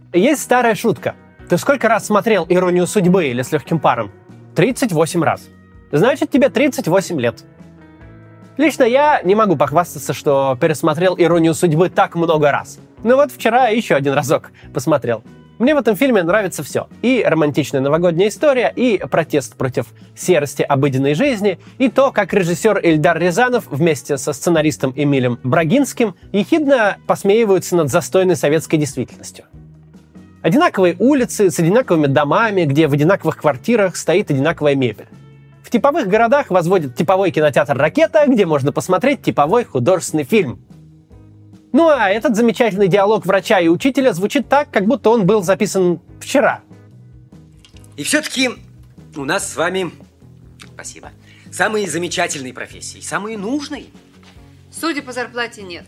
Есть старая шутка. Ты сколько раз смотрел «Иронию судьбы» или «С легким паром»? 38 раз. Значит, тебе 38 лет. Лично я не могу похвастаться, что пересмотрел «Иронию судьбы» так много раз. Но вот вчера еще один разок посмотрел. Мне в этом фильме нравится все. И романтичная новогодняя история, и протест против серости обыденной жизни, и то, как режиссер Эльдар Рязанов вместе со сценаристом Эмилем Брагинским ехидно посмеиваются над застойной советской действительностью. Одинаковые улицы с одинаковыми домами, где в одинаковых квартирах стоит одинаковая мебель. В типовых городах возводят типовой кинотеатр «Ракета», где можно посмотреть типовой художественный фильм. Ну а этот замечательный диалог врача и учителя звучит так, как будто он был записан вчера. И все-таки у нас с вами, спасибо, самые замечательные профессии, самые нужные. Судя по зарплате, нет.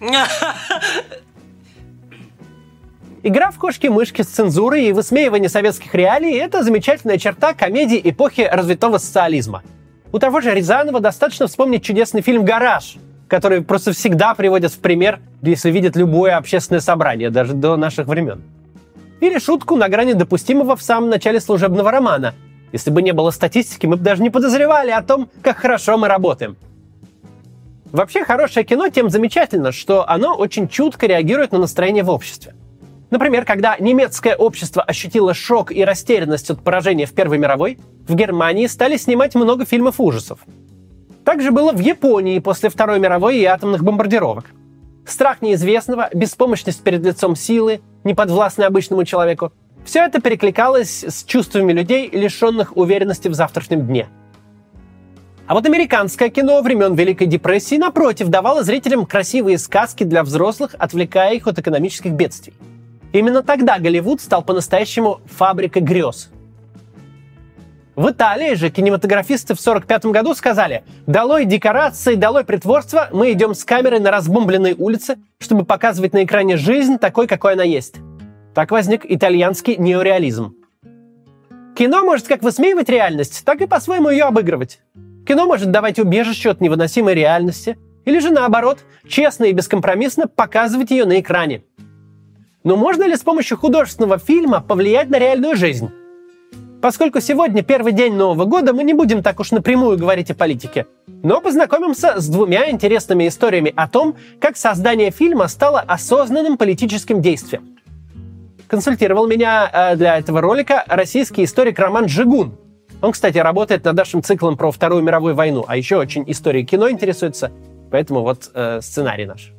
Игра в кошки-мышки с цензурой и высмеивание советских реалий – это замечательная черта комедии эпохи развитого социализма. У того же Рязанова достаточно вспомнить чудесный фильм «Гараж», который просто всегда приводят в пример, если видят любое общественное собрание, даже до наших времен. Или шутку на грани допустимого в самом начале служебного романа. Если бы не было статистики, мы бы даже не подозревали о том, как хорошо мы работаем. Вообще, хорошее кино тем замечательно, что оно очень чутко реагирует на настроение в обществе. Например, когда немецкое общество ощутило шок и растерянность от поражения в Первой мировой, в Германии стали снимать много фильмов ужасов. Так же было в Японии после Второй мировой и атомных бомбардировок. Страх неизвестного, беспомощность перед лицом силы, неподвластной обычному человеку – все это перекликалось с чувствами людей, лишенных уверенности в завтрашнем дне. А вот американское кино времен Великой депрессии, напротив, давало зрителям красивые сказки для взрослых, отвлекая их от экономических бедствий. Именно тогда Голливуд стал по-настоящему фабрикой грез. В Италии же кинематографисты в 1945 году сказали: «Долой декорации, долой притворство, мы идем с камерой на разбомбленные улицы, чтобы показывать на экране жизнь такой, какой она есть». Так возник итальянский неореализм. Кино может как высмеивать реальность, так и по-своему ее обыгрывать. Кино может давать убежище от невыносимой реальности, или же наоборот, честно и бескомпромиссно показывать ее на экране. Но можно ли с помощью художественного фильма повлиять на реальную жизнь? Поскольку сегодня первый день Нового года, мы не будем так уж напрямую говорить о политике, но познакомимся с двумя интересными историями о том, как создание фильма стало осознанным политическим действием. Консультировал меня для этого ролика российский историк Роман Жигун. Он, кстати, работает над нашим циклом про Вторую мировую войну, а еще очень историей кино интересуется, поэтому вот сценарий наш.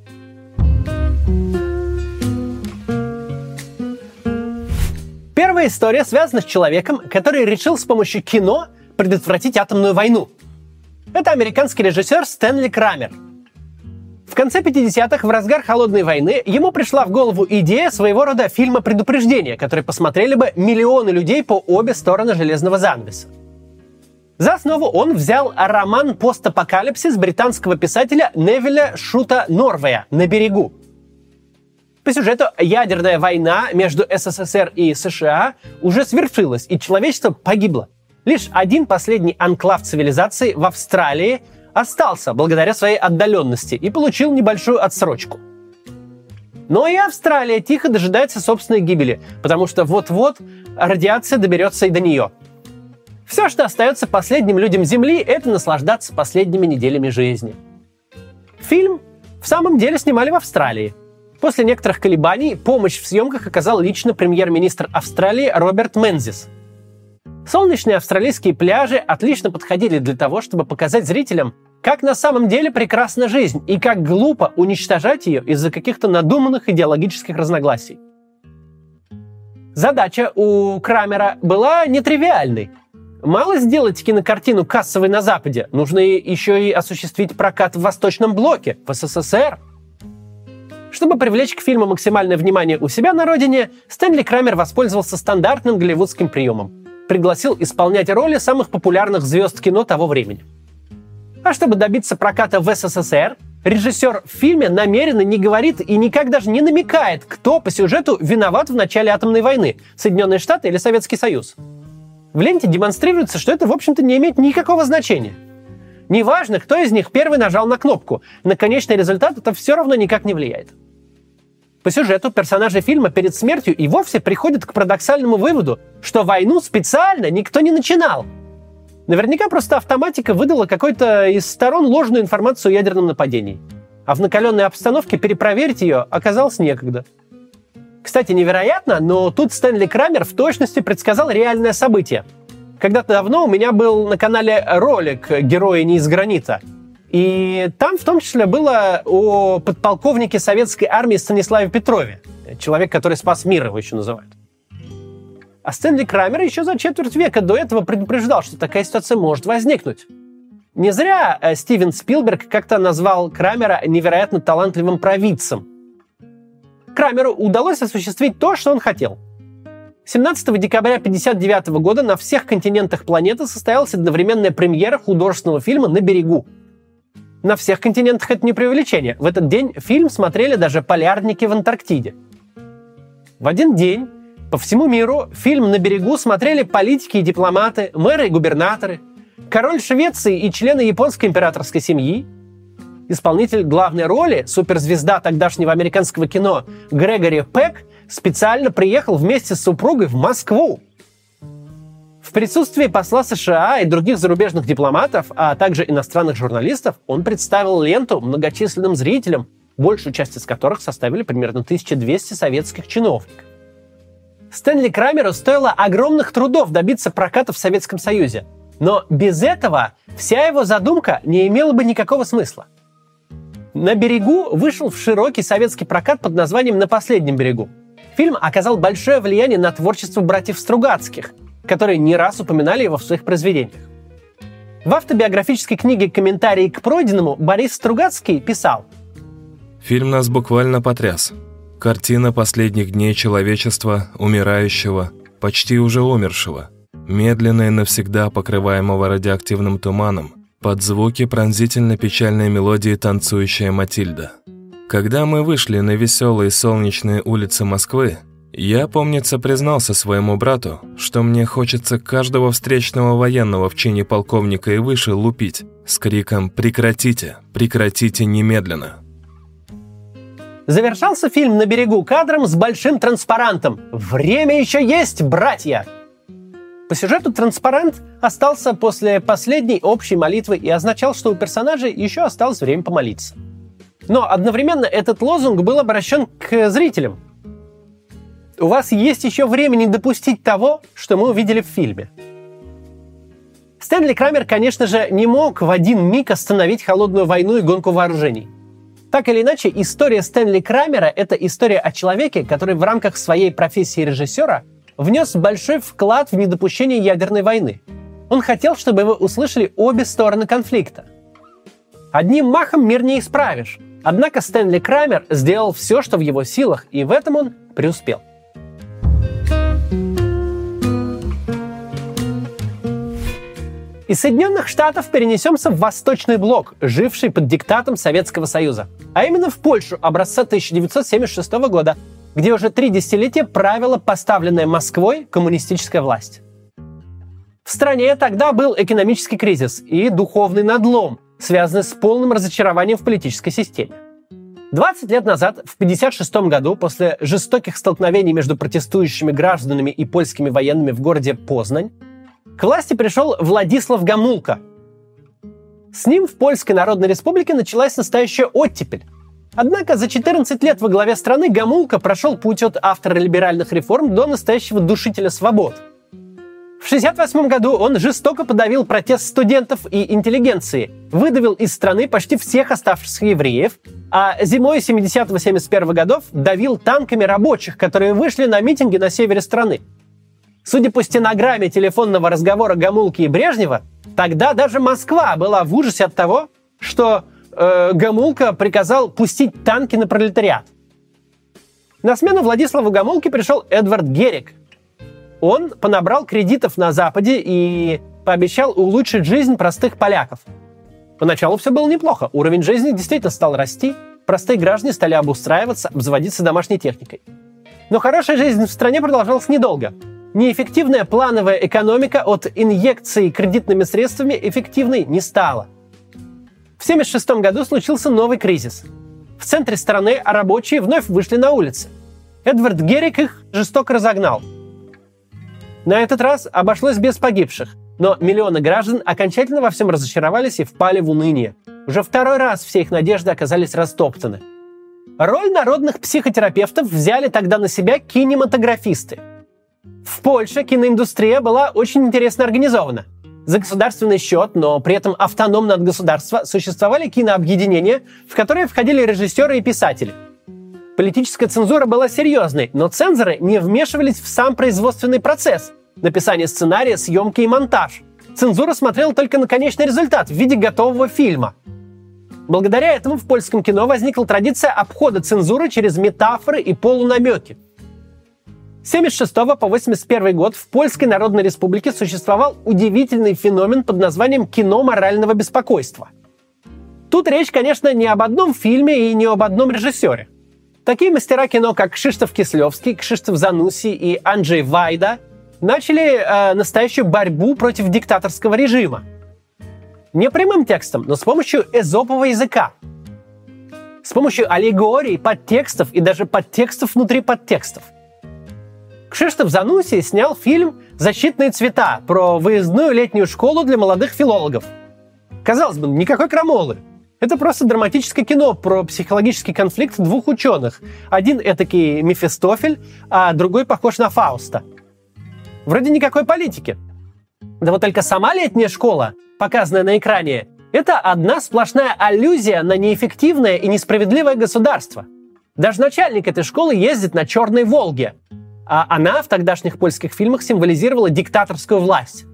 Первая история связана с человеком, который решил с помощью кино предотвратить атомную войну. Это американский режиссер Стэнли Крамер. В конце 50-х, в разгар Холодной войны, ему пришла в голову идея своего рода фильма предупреждения, который посмотрели бы миллионы людей по обе стороны железного занавеса. За основу он взял роман «Постапокалипсис» британского писателя Невиля Шута Норвея «На берегу». По сюжету, ядерная война между СССР и США уже свершилась, и человечество погибло. Лишь один последний анклав цивилизации в Австралии остался благодаря своей отдаленности и получил небольшую отсрочку. Но и Австралия тихо дожидается собственной гибели, потому что вот-вот радиация доберется и до нее. Все, что остается последним людям Земли, это наслаждаться последними неделями жизни. Фильм в самом деле снимали в Австралии. После некоторых колебаний помощь в съемках оказал лично премьер-министр Австралии Роберт Мензис. Солнечные австралийские пляжи отлично подходили для того, чтобы показать зрителям, как на самом деле прекрасна жизнь и как глупо уничтожать ее из-за каких-то надуманных идеологических разногласий. Задача у Крамера была нетривиальной. Мало сделать кинокартину кассовой на Западе, нужно еще и осуществить прокат в Восточном блоке, в СССР. Чтобы привлечь к фильму максимальное внимание у себя на родине, Стэнли Крамер воспользовался стандартным голливудским приемом. Пригласил исполнять роли самых популярных звезд кино того времени. А чтобы добиться проката в СССР, режиссер в фильме намеренно не говорит и никак даже не намекает, кто по сюжету виноват в начале атомной войны – Соединенные Штаты или Советский Союз. В ленте демонстрируется, что это, в общем-то, не имеет никакого значения. Неважно, кто из них первый нажал на кнопку, на конечный результат это все равно никак не влияет. По сюжету персонажи фильма перед смертью и вовсе приходят к парадоксальному выводу, что войну специально никто не начинал. Наверняка просто автоматика выдала какой-то из сторон ложную информацию о ядерном нападении. А в накаленной обстановке перепроверить ее оказалось некогда. Кстати, невероятно, но тут Стэнли Крамер в точности предсказал реальное событие. Когда-то давно у меня был на канале ролик «Герои не из гранита». И там в том числе было о подполковнике советской армии Станиславе Петрове. Человек, который спас мир, его еще называют. А Стэнли Крамер еще за четверть века до этого предупреждал, что такая ситуация может возникнуть. Не зря Стивен Спилберг как-то назвал Крамера невероятно талантливым провидцем. Крамеру удалось осуществить то, что он хотел. 17 декабря 1959 года на всех континентах планеты состоялась одновременная премьера художественного фильма «На берегу». На всех континентах это не преувеличение. В этот день фильм смотрели даже полярники в Антарктиде. В один день по всему миру фильм «На берегу» смотрели политики и дипломаты, мэры и губернаторы, король Швеции и члены японской императорской семьи, исполнитель главной роли, суперзвезда тогдашнего американского кино Грегори Пек, специально приехал вместе с супругой в Москву. В присутствии посла США и других зарубежных дипломатов, а также иностранных журналистов, он представил ленту многочисленным зрителям, большую часть из которых составили примерно 1200 советских чиновников. Стэнли Крамеру стоило огромных трудов добиться проката в Советском Союзе, но без этого вся его задумка не имела бы никакого смысла. «На берегу» вышел в широкий советский прокат под названием «На последнем берегу». Фильм оказал большое влияние на творчество братьев Стругацких, которые не раз упоминали его в своих произведениях. В автобиографической книге «Комментарии к пройденному» Борис Стругацкий писал: «Фильм нас буквально потряс. Картина последних дней человечества, умирающего, почти уже умершего, медленно и навсегда покрываемого радиоактивным туманом, под звуки пронзительно-печальной мелодии «Танцующая Матильда». Когда мы вышли на веселые солнечные улицы Москвы, я, помнится, признался своему брату, что мне хочется каждого встречного военного в чине полковника и выше лупить с криком «Прекратите! Прекратите немедленно!». Завершался фильм «На берегу» кадром с большим транспарантом «Время еще есть, братья!». По сюжету транспарант остался после последней общей молитвы и означал, что у персонажей еще осталось время помолиться. Но одновременно этот лозунг был обращен к зрителям. У вас есть еще время не допустить того, что мы увидели в фильме. Стэнли Крамер, конечно же, не мог в один миг остановить холодную войну и гонку вооружений. Так или иначе, история Стэнли Крамера – это история о человеке, который в рамках своей профессии режиссера внес большой вклад в недопущение ядерной войны. Он хотел, чтобы его услышали обе стороны конфликта. Одним махом мир не исправишь. Однако Стэнли Крамер сделал все, что в его силах, и в этом он преуспел. Из Соединенных Штатов перенесемся в Восточный блок, живший под диктатом Советского Союза. А именно в Польшу образца 1976 года, где уже 3 десятилетия правила поставленная Москвой коммунистическая власть. В стране тогда был экономический кризис и духовный надлом, связанный с полным разочарованием в политической системе. 20 лет назад, в 1956 году, после жестоких столкновений между протестующими гражданами и польскими военными в городе Познань, к власти пришел Владислав Гомулка. С ним в Польской Народной Республике началась настоящая оттепель. Однако за 14 лет во главе страны Гомулка прошел путь от автора либеральных реформ до настоящего душителя свобод. В 1968 году он жестоко подавил протест студентов и интеллигенции, выдавил из страны почти всех оставшихся евреев, а зимой 70-71 годов давил танками рабочих, которые вышли на митинги на севере страны. Судя по стенограмме телефонного разговора Гомулки и Брежнева, тогда даже Москва была в ужасе от того, что Гомулка приказал пустить танки на пролетариат. На смену Владиславу Гомулке пришел Эдвард Герик. Он понабрал кредитов на Западе и пообещал улучшить жизнь простых поляков. Поначалу все было неплохо, уровень жизни действительно стал расти, простые граждане стали обустраиваться, обзаводиться домашней техникой. Но хорошая жизнь в стране продолжалась недолго. Неэффективная плановая экономика от инъекций кредитными средствами эффективной не стала. В 1976 году случился новый кризис. В в центре страны рабочие вновь вышли на улицы. Эдвард Герик их жестоко разогнал. На этот раз обошлось без погибших, но миллионы граждан окончательно во всем разочаровались и впали в уныние. Уже второй раз все их надежды оказались растоптаны. Роль народных психотерапевтов взяли тогда на себя кинематографисты. В Польше киноиндустрия была очень интересно организована. За государственный счет, но при этом автономно от государства, существовали кинообъединения, в которые входили режиссеры и писатели. Политическая цензура была серьезной, но цензоры не вмешивались в сам производственный процесс – написание сценария, съемки и монтаж. Цензура смотрела только на конечный результат в виде готового фильма. Благодаря этому в польском кино возникла традиция обхода цензуры через метафоры и полунамеки. С 1976 по 1981 год в Польской Народной Республике существовал удивительный феномен под названием «кино морального беспокойства». Тут речь, конечно, не об одном фильме и не об одном режиссере. Такие мастера кино, как Кшиштоф Кислевский, Кшиштоф Зануси и Анджей Вайда, начали настоящую борьбу против диктаторского режима. Не прямым текстом, но с помощью эзопового языка. С помощью аллегорий, подтекстов и даже подтекстов внутри подтекстов. Кшиштоф Зануси снял фильм «Защитные цвета» про выездную летнюю школу для молодых филологов. Казалось бы, никакой крамолы. Это просто драматическое кино про психологический конфликт двух ученых. Один этакий Мефистофель, а другой похож на Фауста. Вроде никакой политики. Да вот только сама летняя школа, показанная на экране, это одна сплошная аллюзия на неэффективное и несправедливое государство. Даже начальник этой школы ездит на черной «Волге», а она в тогдашних польских фильмах символизировала диктаторскую власть.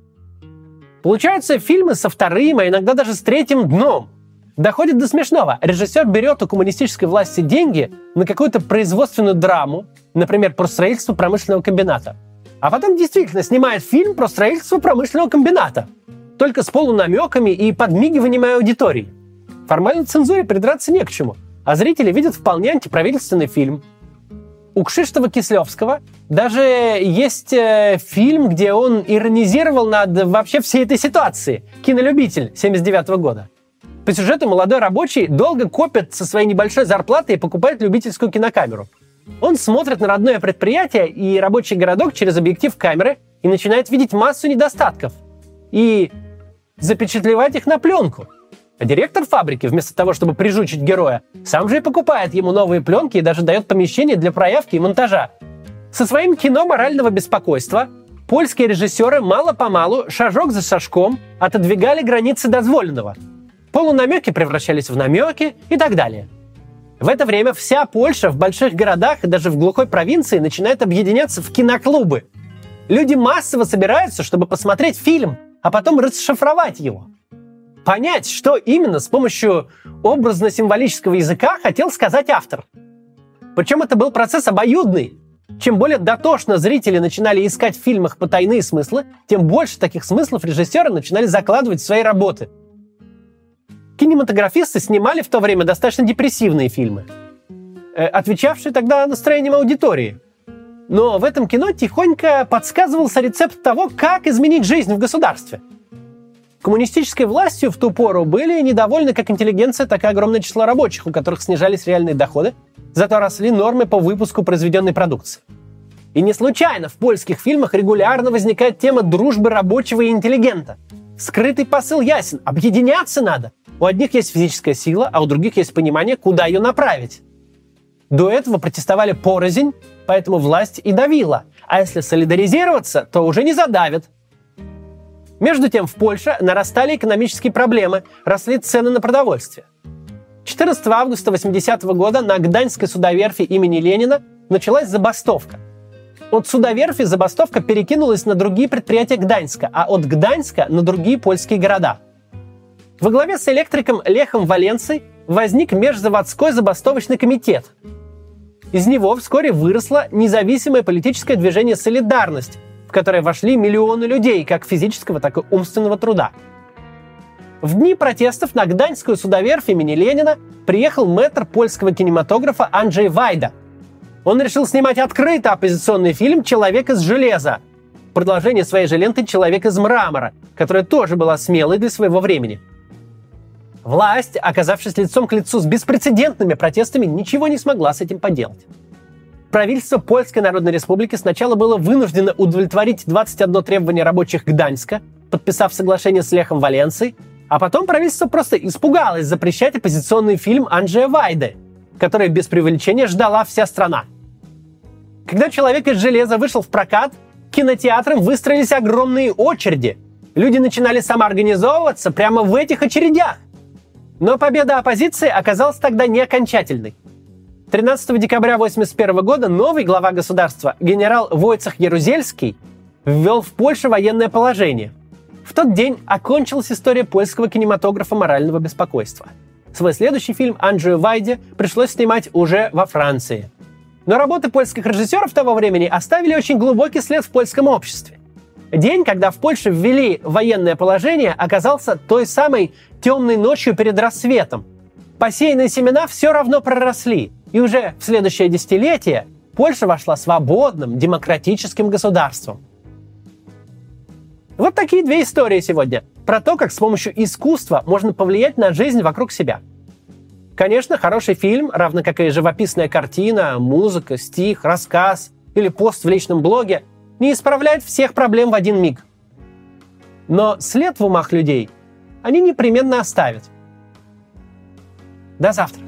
Получаются фильмы со вторым, а иногда даже с третьим дном. Доходит до смешного. Режиссер берет у коммунистической власти деньги на какую-то производственную драму, например, про строительство промышленного комбината. А потом действительно снимает фильм про строительство промышленного комбината. Только с полунамеками и подмигиванием аудитории. Формально цензуре придраться не к чему, а зрители видят вполне антиправительственный фильм. У Кшиштофа Кислевского даже есть фильм, где он иронизировал над вообще всей этой ситуацией. «Кинолюбитель» 1979 года. По сюжету молодой рабочий долго копит со своей небольшой зарплаты и покупает любительскую кинокамеру. Он смотрит на родное предприятие и рабочий городок через объектив камеры и начинает видеть массу недостатков. И запечатлевать их на пленку. А директор фабрики, вместо того, чтобы прижучить героя, сам же и покупает ему новые пленки и даже дает помещение для проявки и монтажа. Со своим кино морального беспокойства польские режиссеры мало-помалу, шажок за шажком, отодвигали границы дозволенного. Полунамеки превращались в намеки и так далее. В это время вся Польша в больших городах и даже в глухой провинции начинает объединяться в киноклубы. Люди массово собираются, чтобы посмотреть фильм, а потом расшифровать его. Понять, что именно с помощью образно-символического языка хотел сказать автор. Причем это был процесс обоюдный. Чем более дотошно зрители начинали искать в фильмах потайные смыслы, тем больше таких смыслов режиссеры начинали закладывать в свои работы. Кинематографисты снимали в то время достаточно депрессивные фильмы, отвечавшие тогда настроением аудитории. Но в этом кино тихонько подсказывался рецепт того, как изменить жизнь в государстве. Коммунистической властью в ту пору были недовольны как интеллигенция, так и огромное число рабочих, у которых снижались реальные доходы, зато росли нормы по выпуску произведенной продукции. И не случайно в польских фильмах регулярно возникает тема дружбы рабочего и интеллигента. Скрытый посыл ясен – объединяться надо. У одних есть физическая сила, а у других есть понимание, куда ее направить. До этого протестовали порознь, поэтому власть и давила. А если солидаризироваться, то уже не задавят. Между тем в Польше нарастали экономические проблемы, росли цены на продовольствие. 14 августа 1980 года на Гданьской судоверфи имени Ленина началась забастовка. От судоверфи забастовка перекинулась на другие предприятия Гданьска, а от Гданьска на другие польские города. Во главе с электриком Лехом Валенцей возник межзаводской забастовочный комитет. Из него вскоре выросло независимое политическое движение «Солидарность», в которое вошли миллионы людей, как физического, так и умственного труда. В дни протестов на Гданьскую судоверфь имени Ленина приехал мэтр польского кинематографа Анджей Вайда. Он решил снимать открыто оппозиционный фильм «Человек из железа», продолжение своей же ленты «Человек из мрамора», которая тоже была смелой для своего времени. Власть, оказавшись лицом к лицу с беспрецедентными протестами, ничего не смогла с этим поделать. Правительство Польской Народной Республики сначала было вынуждено удовлетворить 21 требование рабочих Гданьска, подписав соглашение с Лехом Валенсой, а потом правительство просто испугалось запрещать оппозиционный фильм Анджея Вайды, который без преувеличения ждала вся страна. Когда «Человек из железа» вышел в прокат, к кинотеатрам выстроились огромные очереди. Люди начинали самоорганизовываться прямо в этих очередях. Но победа оппозиции оказалась тогда не окончательной. 13 декабря 1981 года новый глава государства, генерал Войцех Ярузельский, ввел в Польше военное положение. В тот день окончилась история польского кинематографа морального беспокойства. Свой следующий фильм Анджею Вайде пришлось снимать уже во Франции. Но работы польских режиссеров того времени оставили очень глубокий след в польском обществе. День, когда в Польше ввели военное положение, оказался той самой темной ночью перед рассветом. Посеянные семена все равно проросли, и уже в следующее десятилетие Польша вошла свободным, демократическим государством. Вот такие две истории сегодня. Про то, как с помощью искусства можно повлиять на жизнь вокруг себя. Конечно, хороший фильм, равно как и живописная картина, музыка, стих, рассказ или пост в личном блоге, не исправляет всех проблем в один миг. Но след в умах людей они непременно оставят. До завтра.